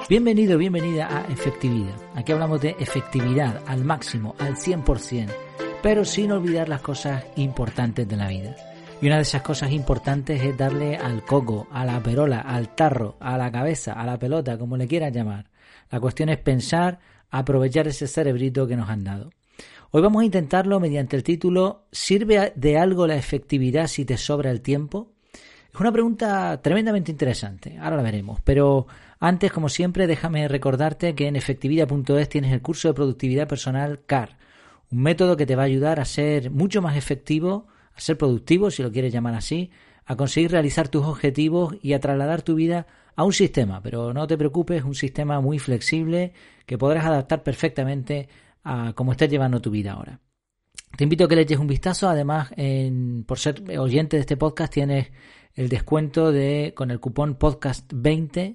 Bienvenido, bienvenida a Efectividad. Aquí hablamos de efectividad al máximo, al 100%, pero sin olvidar las cosas importantes de la vida. Y una de esas cosas importantes es darle al coco, a la perola, al tarro, a la cabeza, a la pelota, como le quieras llamar. La cuestión es pensar, aprovechar ese cerebrito que nos han dado. Hoy vamos a intentarlo mediante el título ¿Sirve de algo la efectividad si te sobra el tiempo? Es una pregunta tremendamente interesante, ahora la veremos, pero antes, como siempre, déjame recordarte que en efectividad.es tienes el curso de productividad personal CAR, un método que te va a ayudar a ser mucho más efectivo, a ser productivo, si lo quieres llamar así, a conseguir realizar tus objetivos y a trasladar tu vida a un sistema, pero no te preocupes, es un sistema muy flexible que podrás adaptar perfectamente a cómo estés llevando tu vida ahora. Te invito a que le eches un vistazo, además, por ser oyente de este podcast tienes el descuento con el cupón podcast20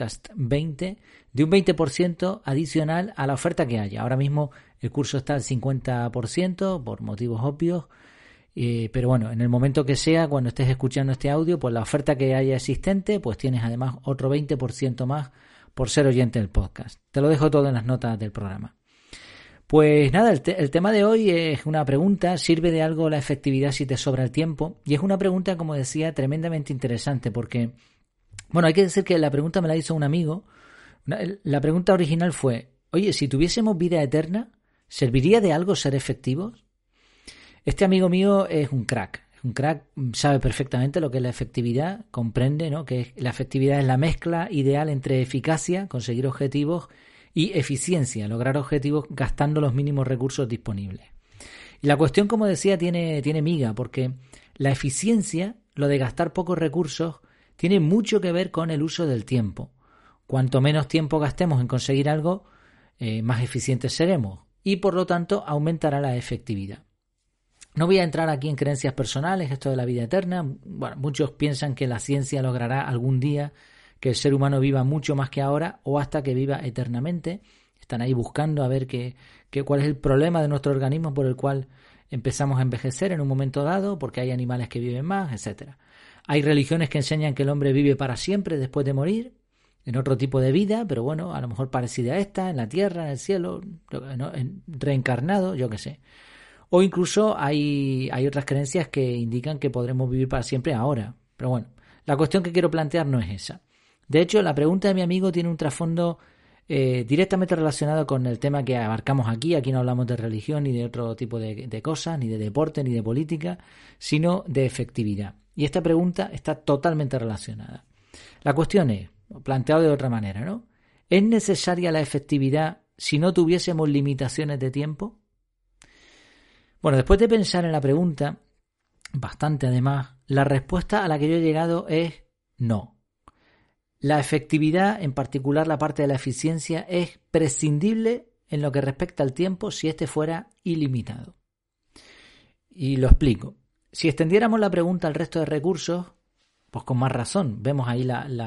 de un 20% adicional a la oferta que haya. Ahora mismo el curso está al 50% por motivos obvios, pero bueno, en el momento que sea, cuando estés escuchando este audio, pues la oferta que haya existente, pues tienes además otro 20% más por ser oyente del podcast. Te lo dejo todo en las notas del programa. Pues nada, el tema de hoy es una pregunta, ¿sirve de algo la efectividad si te sobra el tiempo? Y es una pregunta, como decía, tremendamente interesante porque, bueno, hay que decir que la pregunta me la hizo un amigo. La pregunta original fue, oye, si tuviésemos vida eterna, ¿serviría de algo ser efectivos? Este amigo mío es un crack, sabe perfectamente lo que es la efectividad, comprende, ¿no?, que la efectividad es la mezcla ideal entre eficacia, conseguir objetivos, y eficiencia, lograr objetivos gastando los mínimos recursos disponibles. Y la cuestión, como decía, tiene miga, porque la eficiencia, lo de gastar pocos recursos, tiene mucho que ver con el uso del tiempo. Cuanto menos tiempo gastemos en conseguir algo, más eficientes seremos y, por lo tanto, aumentará la efectividad. No voy a entrar aquí en creencias personales, esto de la vida eterna. Bueno, muchos piensan que la ciencia logrará algún día que el ser humano viva mucho más que ahora o hasta que viva eternamente. Están ahí buscando a ver cuál es el problema de nuestro organismo por el cual empezamos a envejecer en un momento dado, porque hay animales que viven más, etcétera. Hay religiones que enseñan que el hombre vive para siempre después de morir, en otro tipo de vida, pero bueno, a lo mejor parecida a esta, en la tierra, en el cielo, reencarnado, yo qué sé. O incluso hay otras creencias que indican que podremos vivir para siempre ahora. Pero bueno, la cuestión que quiero plantear no es esa. De hecho, la pregunta de mi amigo tiene un trasfondo directamente relacionado con el tema que abarcamos aquí. Aquí no hablamos de religión ni de otro tipo de cosas, ni de deporte, ni de política, sino de efectividad. Y esta pregunta está totalmente relacionada. La cuestión es, planteado de otra manera, ¿no? ¿Es necesaria la efectividad si no tuviésemos limitaciones de tiempo? Bueno, después de pensar en la pregunta, bastante además, la respuesta a la que yo he llegado es no. La efectividad, en particular la parte de la eficiencia, es prescindible en lo que respecta al tiempo si éste fuera ilimitado. Y lo explico. Si extendiéramos la pregunta al resto de recursos, pues con más razón, vemos ahí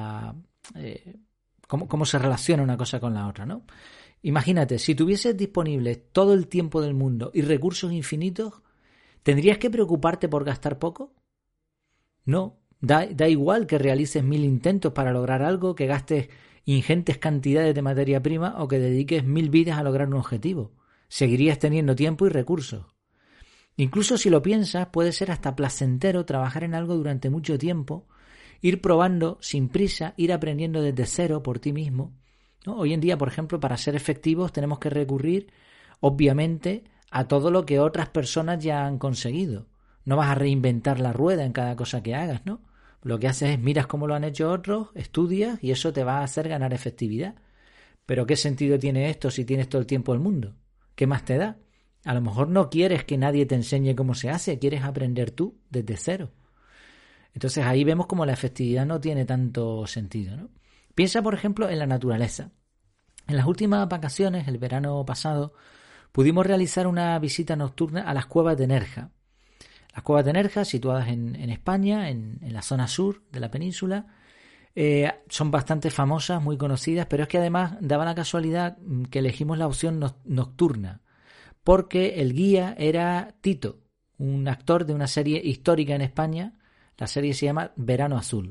cómo se relaciona una cosa con la otra, ¿no? Imagínate, si tuvieses disponible todo el tiempo del mundo y recursos infinitos, ¿tendrías que preocuparte por gastar poco? No. Da igual que realices 1000 intentos para lograr algo, que gastes ingentes cantidades de materia prima o que dediques 1000 vidas a lograr un objetivo. Seguirías teniendo tiempo y recursos. Incluso si lo piensas, puede ser hasta placentero trabajar en algo durante mucho tiempo, ir probando sin prisa, ir aprendiendo desde cero por ti mismo, ¿no? Hoy en día, por ejemplo, para ser efectivos tenemos que recurrir, obviamente, a todo lo que otras personas ya han conseguido. No vas a reinventar la rueda en cada cosa que hagas, ¿no? Lo que haces es miras cómo lo han hecho otros, estudias y eso te va a hacer ganar efectividad. Pero ¿qué sentido tiene esto si tienes todo el tiempo del mundo? ¿Qué más te da? A lo mejor no quieres que nadie te enseñe cómo se hace, quieres aprender tú desde cero. Entonces ahí vemos cómo la efectividad no tiene tanto sentido, ¿no? Piensa, por ejemplo, en la naturaleza. En las últimas vacaciones, el verano pasado, pudimos realizar una visita nocturna a las cuevas de Nerja. Las cuevas de Nerja, situadas en España, en la zona sur de la península, son bastante famosas, muy conocidas, pero es que además daba la casualidad que elegimos la opción nocturna, porque el guía era Tito, un actor de una serie histórica en España. La serie se llama Verano Azul.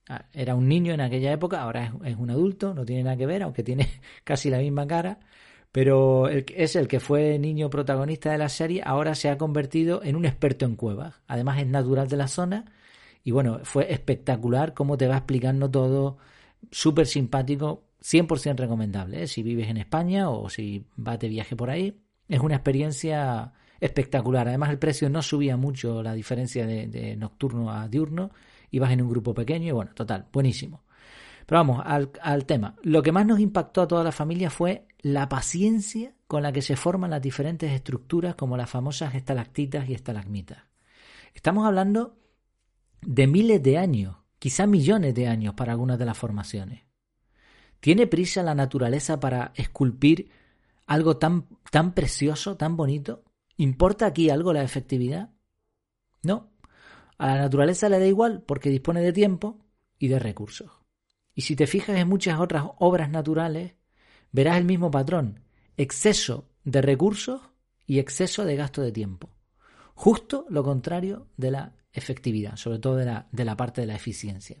Era un niño en aquella época, ahora es un adulto, no tiene nada que ver, aunque tiene casi la misma cara, pero es el que fue niño protagonista de la serie, ahora se ha convertido en un experto en cuevas. Además es natural de la zona y bueno, fue espectacular cómo te va explicando todo, súper simpático, 100% recomendable, ¿eh? Si vives en España o si vas de viaje por ahí, es una experiencia espectacular. Además el precio no subía mucho, la diferencia de nocturno a diurno, ibas en un grupo pequeño y bueno, total, buenísimo. Pero vamos, al tema. Lo que más nos impactó a toda la familia fue la paciencia con la que se forman las diferentes estructuras como las famosas estalactitas y estalagmitas. Estamos hablando de miles de años, quizá millones de años para algunas de las formaciones. ¿Tiene prisa la naturaleza para esculpir algo tan precioso, tan bonito? ¿Importa aquí algo la efectividad? No. A la naturaleza le da igual porque dispone de tiempo y de recursos. Y si te fijas en muchas otras obras naturales, verás el mismo patrón: exceso de recursos y exceso de gasto de tiempo. Justo lo contrario de la efectividad, sobre todo de la parte de la eficiencia.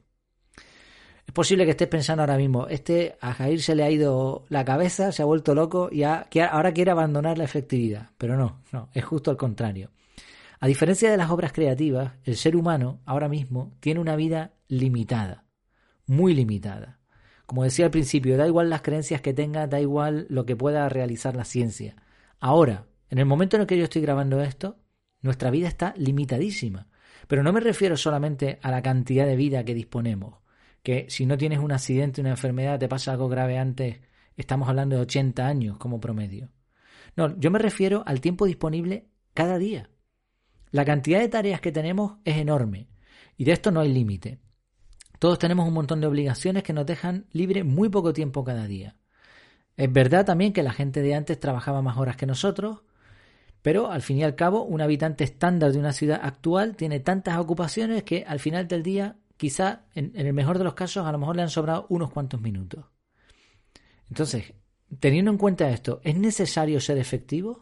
Es posible que estés pensando ahora mismo, a Jair se le ha ido la cabeza, se ha vuelto loco y ahora quiere abandonar la efectividad. Pero no, es justo al contrario. A diferencia de las obras creativas, el ser humano ahora mismo tiene una vida limitada, muy limitada. Como decía al principio, da igual las creencias que tenga, da igual lo que pueda realizar la ciencia. Ahora, en el momento en el que yo estoy grabando esto, nuestra vida está limitadísima. Pero no me refiero solamente a la cantidad de vida que disponemos, que si no tienes un accidente, una enfermedad, te pasa algo grave antes, estamos hablando de 80 años como promedio. No, yo me refiero al tiempo disponible cada día. La cantidad de tareas que tenemos es enorme y de esto no hay límite. Todos tenemos un montón de obligaciones que nos dejan libre muy poco tiempo cada día. Es verdad también que la gente de antes trabajaba más horas que nosotros, pero al fin y al cabo un habitante estándar de una ciudad actual tiene tantas ocupaciones que al final del día, quizá en el mejor de los casos, a lo mejor le han sobrado unos cuantos minutos. Entonces, teniendo en cuenta esto, ¿es necesario ser efectivos?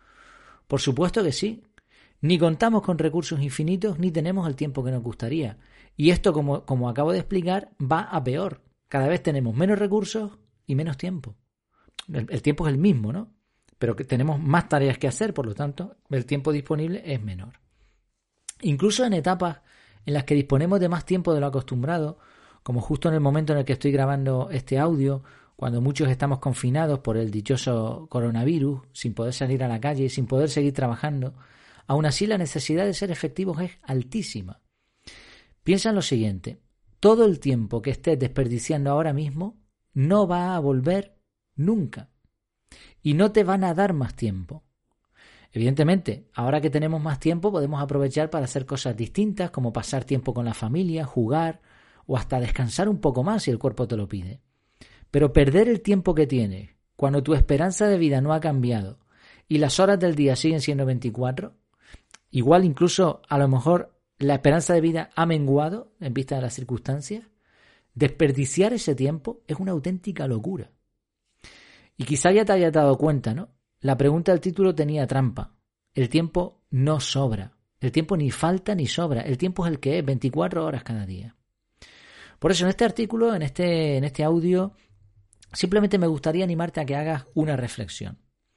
Por supuesto que sí. Ni contamos con recursos infinitos ni tenemos el tiempo que nos gustaría. Y esto, como acabo de explicar, va a peor. Cada vez tenemos menos recursos y menos tiempo. El tiempo es el mismo, ¿no? Pero que tenemos más tareas que hacer, por lo tanto, el tiempo disponible es menor. Incluso en etapas en las que disponemos de más tiempo de lo acostumbrado, como justo en el momento en el que estoy grabando este audio, cuando muchos estamos confinados por el dichoso coronavirus, sin poder salir a la calle y sin poder seguir trabajando, aún así la necesidad de ser efectivos es altísima. Piensa en lo siguiente: todo el tiempo que estés desperdiciando ahora mismo no va a volver nunca y no te van a dar más tiempo. Evidentemente, ahora que tenemos más tiempo podemos aprovechar para hacer cosas distintas, como pasar tiempo con la familia, jugar o hasta descansar un poco más si el cuerpo te lo pide. Pero perder el tiempo que tienes cuando tu esperanza de vida no ha cambiado y las horas del día siguen siendo 24, igual incluso a lo mejor la esperanza de vida ha menguado en vista de las circunstancias, desperdiciar ese tiempo es una auténtica locura. Y quizá ya te hayas dado cuenta, ¿no? La pregunta del título tenía trampa. El tiempo no sobra. El tiempo ni falta ni sobra. El tiempo es el que es, 24 horas cada día. Por eso en este artículo, en este audio, simplemente me gustaría animarte a que hagas una reflexión.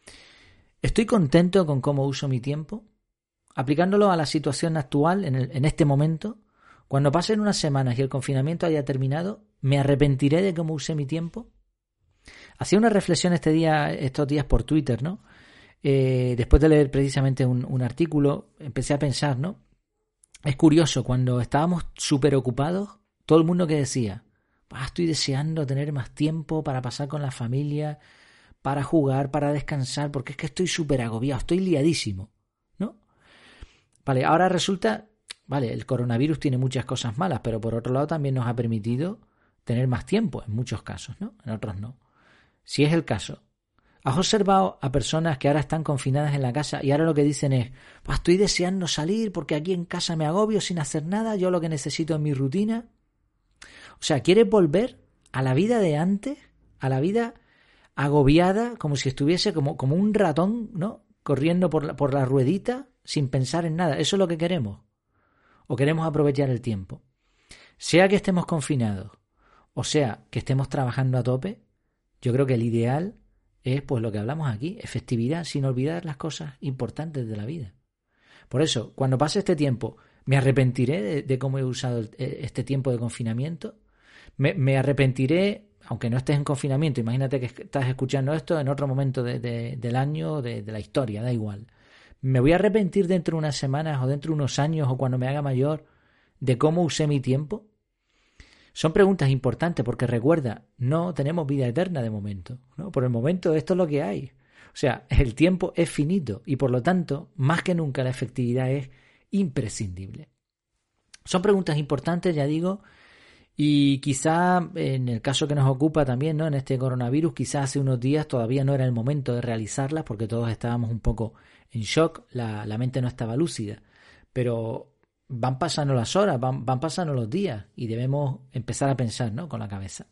¿Estoy contento con cómo uso mi tiempo? Aplicándolo a la situación actual, en este momento, cuando pasen unas semanas y el confinamiento haya terminado, ¿me arrepentiré de cómo usé mi tiempo? Hacía una reflexión estos días por Twitter, ¿no? Después de leer precisamente un artículo, empecé a pensar, ¿no? Es curioso, cuando estábamos súper ocupados, todo el mundo que decía, estoy deseando tener más tiempo para pasar con la familia, para jugar, para descansar, porque es que estoy súper agobiado, estoy liadísimo, ¿no? Vale, ahora resulta, el coronavirus tiene muchas cosas malas, pero por otro lado también nos ha permitido tener más tiempo, en muchos casos, ¿no? En otros no. Si es el caso, ¿has observado a personas que ahora están confinadas en la casa y ahora lo que dicen es, estoy deseando salir porque aquí en casa me agobio sin hacer nada, yo lo que necesito es mi rutina? O sea, ¿quieres volver a la vida de antes, a la vida agobiada, como si estuviese como un ratón, ¿no? Corriendo por la ruedita sin pensar en nada? ¿Eso es lo que queremos? ¿O queremos aprovechar el tiempo? Sea que estemos confinados o sea que estemos trabajando a tope, yo creo que el ideal es pues lo que hablamos aquí, efectividad, sin olvidar las cosas importantes de la vida. Por eso, cuando pase este tiempo, ¿me arrepentiré de cómo he usado este tiempo de confinamiento? ¿Me arrepentiré, aunque no estés en confinamiento? Imagínate que estás escuchando esto en otro momento del año, de la historia, da igual. ¿Me voy a arrepentir dentro de unas semanas o dentro de unos años o cuando me haga mayor de cómo usé mi tiempo? Son preguntas importantes porque recuerda, no tenemos vida eterna de momento, ¿no? Por el momento esto es lo que hay. O sea, el tiempo es finito y por lo tanto, más que nunca la efectividad es imprescindible. Son preguntas importantes, ya digo, y quizá en el caso que nos ocupa también, ¿no? En este coronavirus, quizá hace unos días todavía no era el momento de realizarlas porque todos estábamos un poco en shock, la mente no estaba lúcida, pero van pasando las horas, van pasando los días y debemos empezar a pensar, ¿no? Con la cabeza.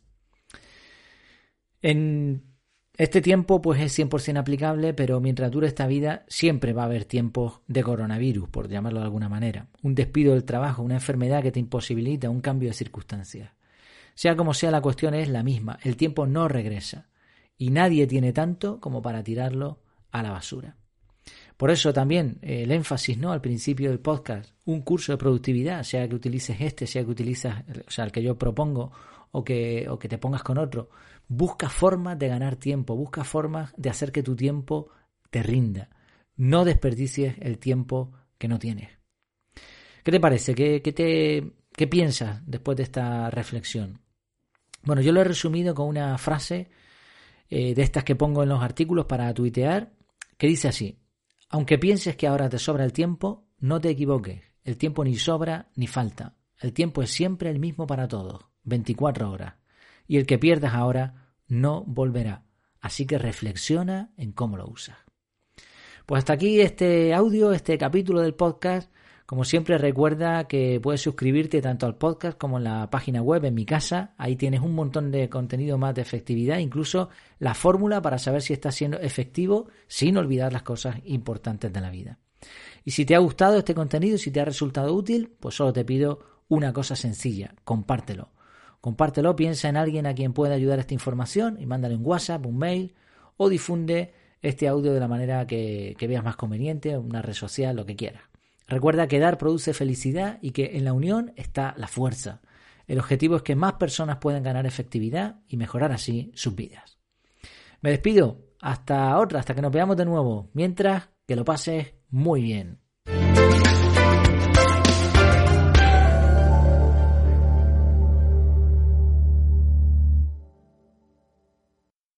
En este tiempo pues es 100% aplicable, pero mientras dure esta vida siempre va a haber tiempos de coronavirus, por llamarlo de alguna manera. Un despido del trabajo, una enfermedad que te imposibilita, un cambio de circunstancias. Sea como sea, la cuestión es la misma. El tiempo no regresa y nadie tiene tanto como para tirarlo a la basura. Por eso también el énfasis, ¿no? Al principio del podcast, un curso de productividad, sea que utilices sea que utilizas, o sea, el que yo propongo o que te pongas con otro. Busca formas de ganar tiempo, busca formas de hacer que tu tiempo te rinda. No desperdicies el tiempo que no tienes. ¿Qué te parece? ¿Qué piensas después de esta reflexión? Bueno, yo lo he resumido con una frase de estas que pongo en los artículos para tuitear, que dice así: aunque pienses que ahora te sobra el tiempo, no te equivoques. El tiempo ni sobra ni falta. El tiempo es siempre el mismo para todos, 24 horas. Y el que pierdas ahora no volverá. Así que reflexiona en cómo lo usas. Pues hasta aquí este audio, este capítulo del podcast. Como siempre, recuerda que puedes suscribirte tanto al podcast como en la página web, en mi casa. Ahí tienes un montón de contenido más de efectividad, incluso la fórmula para saber si estás siendo efectivo sin olvidar las cosas importantes de la vida. Y si te ha gustado este contenido, si te ha resultado útil, pues solo te pido una cosa sencilla: compártelo. Compártelo, piensa en alguien a quien pueda ayudar esta información y mándale un WhatsApp, un mail o difunde este audio de la manera que veas más conveniente, una red social, lo que quieras. Recuerda que dar produce felicidad y que en la unión está la fuerza. El objetivo es que más personas puedan ganar efectividad y mejorar así sus vidas. Me despido. Hasta que nos veamos de nuevo. Mientras, que lo pases muy bien.